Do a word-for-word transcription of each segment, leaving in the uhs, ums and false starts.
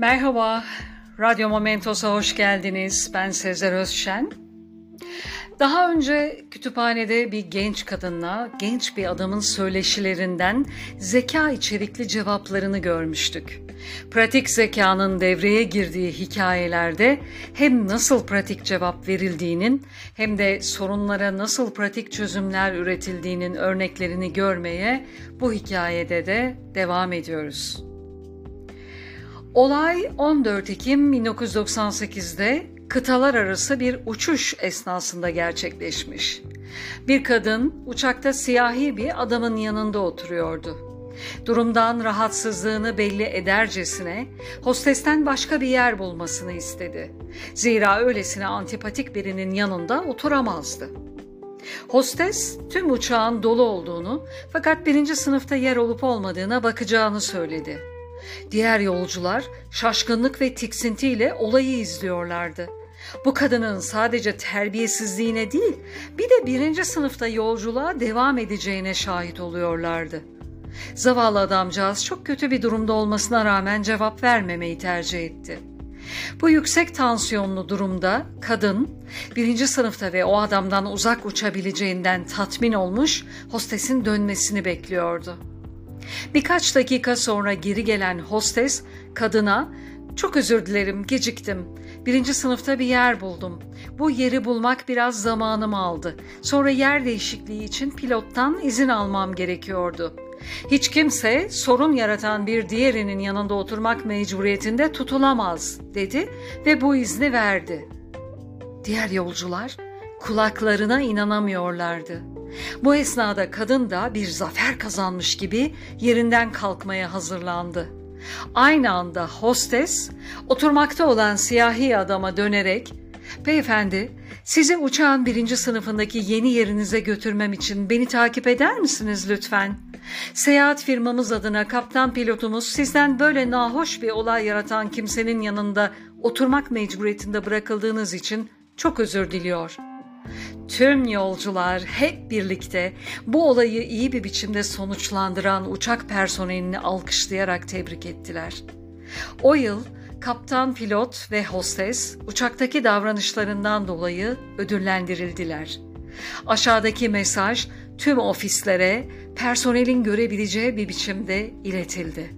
Merhaba, Radyo Momentos'a hoş geldiniz. Ben Sezer Özşen. Daha önce kütüphanede bir genç kadınla genç bir adamın söyleşilerinden zeka içerikli cevaplarını görmüştük. Pratik zekanın devreye girdiği hikayelerde hem nasıl pratik cevap verildiğinin hem de sorunlara nasıl pratik çözümler üretildiğinin örneklerini görmeye bu hikayede de devam ediyoruz. Olay on dört Ekim bin dokuz yüz doksan sekizde kıtalar arası bir uçuş esnasında gerçekleşmiş. Bir kadın uçakta siyahi bir adamın yanında oturuyordu. Durumdan rahatsızlığını belli edercesine hostesten başka bir yer bulmasını istedi. Zira öylesine antipatik birinin yanında oturamazdı. Hostes tüm uçağın dolu olduğunu fakat birinci sınıfta yer olup olmadığına bakacağını söyledi. Diğer yolcular şaşkınlık ve tiksintiyle olayı izliyorlardı. Bu kadının sadece terbiyesizliğine değil, bir de birinci sınıfta yolculuğa devam edeceğine şahit oluyorlardı. Zavallı adamcağız çok kötü bir durumda olmasına rağmen cevap vermemeyi tercih etti. Bu yüksek tansiyonlu durumda kadın, birinci sınıfta ve o adamdan uzak uçabileceğinden tatmin olmuş, hostesin dönmesini bekliyordu. Birkaç dakika sonra geri gelen hostes kadına "Çok özür dilerim, geciktim. Birinci sınıfta bir yer buldum. Bu yeri bulmak biraz zamanımı aldı. Sonra yer değişikliği için pilottan izin almam gerekiyordu. Hiç kimse sorun yaratan bir diğerinin yanında oturmak mecburiyetinde tutulamaz," dedi ve bu izni verdi. Diğer yolcular kulaklarına inanamıyorlardı. Bu esnada kadın da bir zafer kazanmış gibi yerinden kalkmaya hazırlandı. Aynı anda hostes oturmakta olan siyahi adama dönerek "Beyefendi, sizi uçağın birinci sınıfındaki yeni yerinize götürmem için beni takip eder misiniz lütfen? Seyahat firmamız adına kaptan pilotumuz sizden böyle nahoş bir olay yaratan kimsenin yanında oturmak mecburiyetinde bırakıldığınız için çok özür diliyor." Tüm yolcular hep birlikte bu olayı iyi bir biçimde sonuçlandıran uçak personelini alkışlayarak tebrik ettiler. O yıl kaptan pilot ve hostes uçaktaki davranışlarından dolayı ödüllendirildiler. Aşağıdaki mesaj tüm ofislere personelin görebileceği bir biçimde iletildi.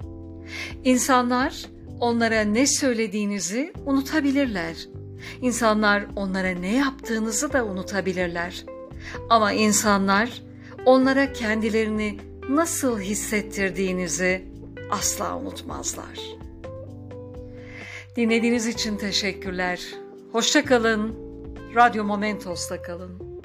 İnsanlar onlara ne söylediğinizi unutabilirler. İnsanlar onlara ne yaptığınızı da unutabilirler. Ama insanlar onlara kendilerini nasıl hissettirdiğinizi asla unutmazlar. Dinlediğiniz için teşekkürler. Hoşça kalın. Radyo Momentos'ta kalın.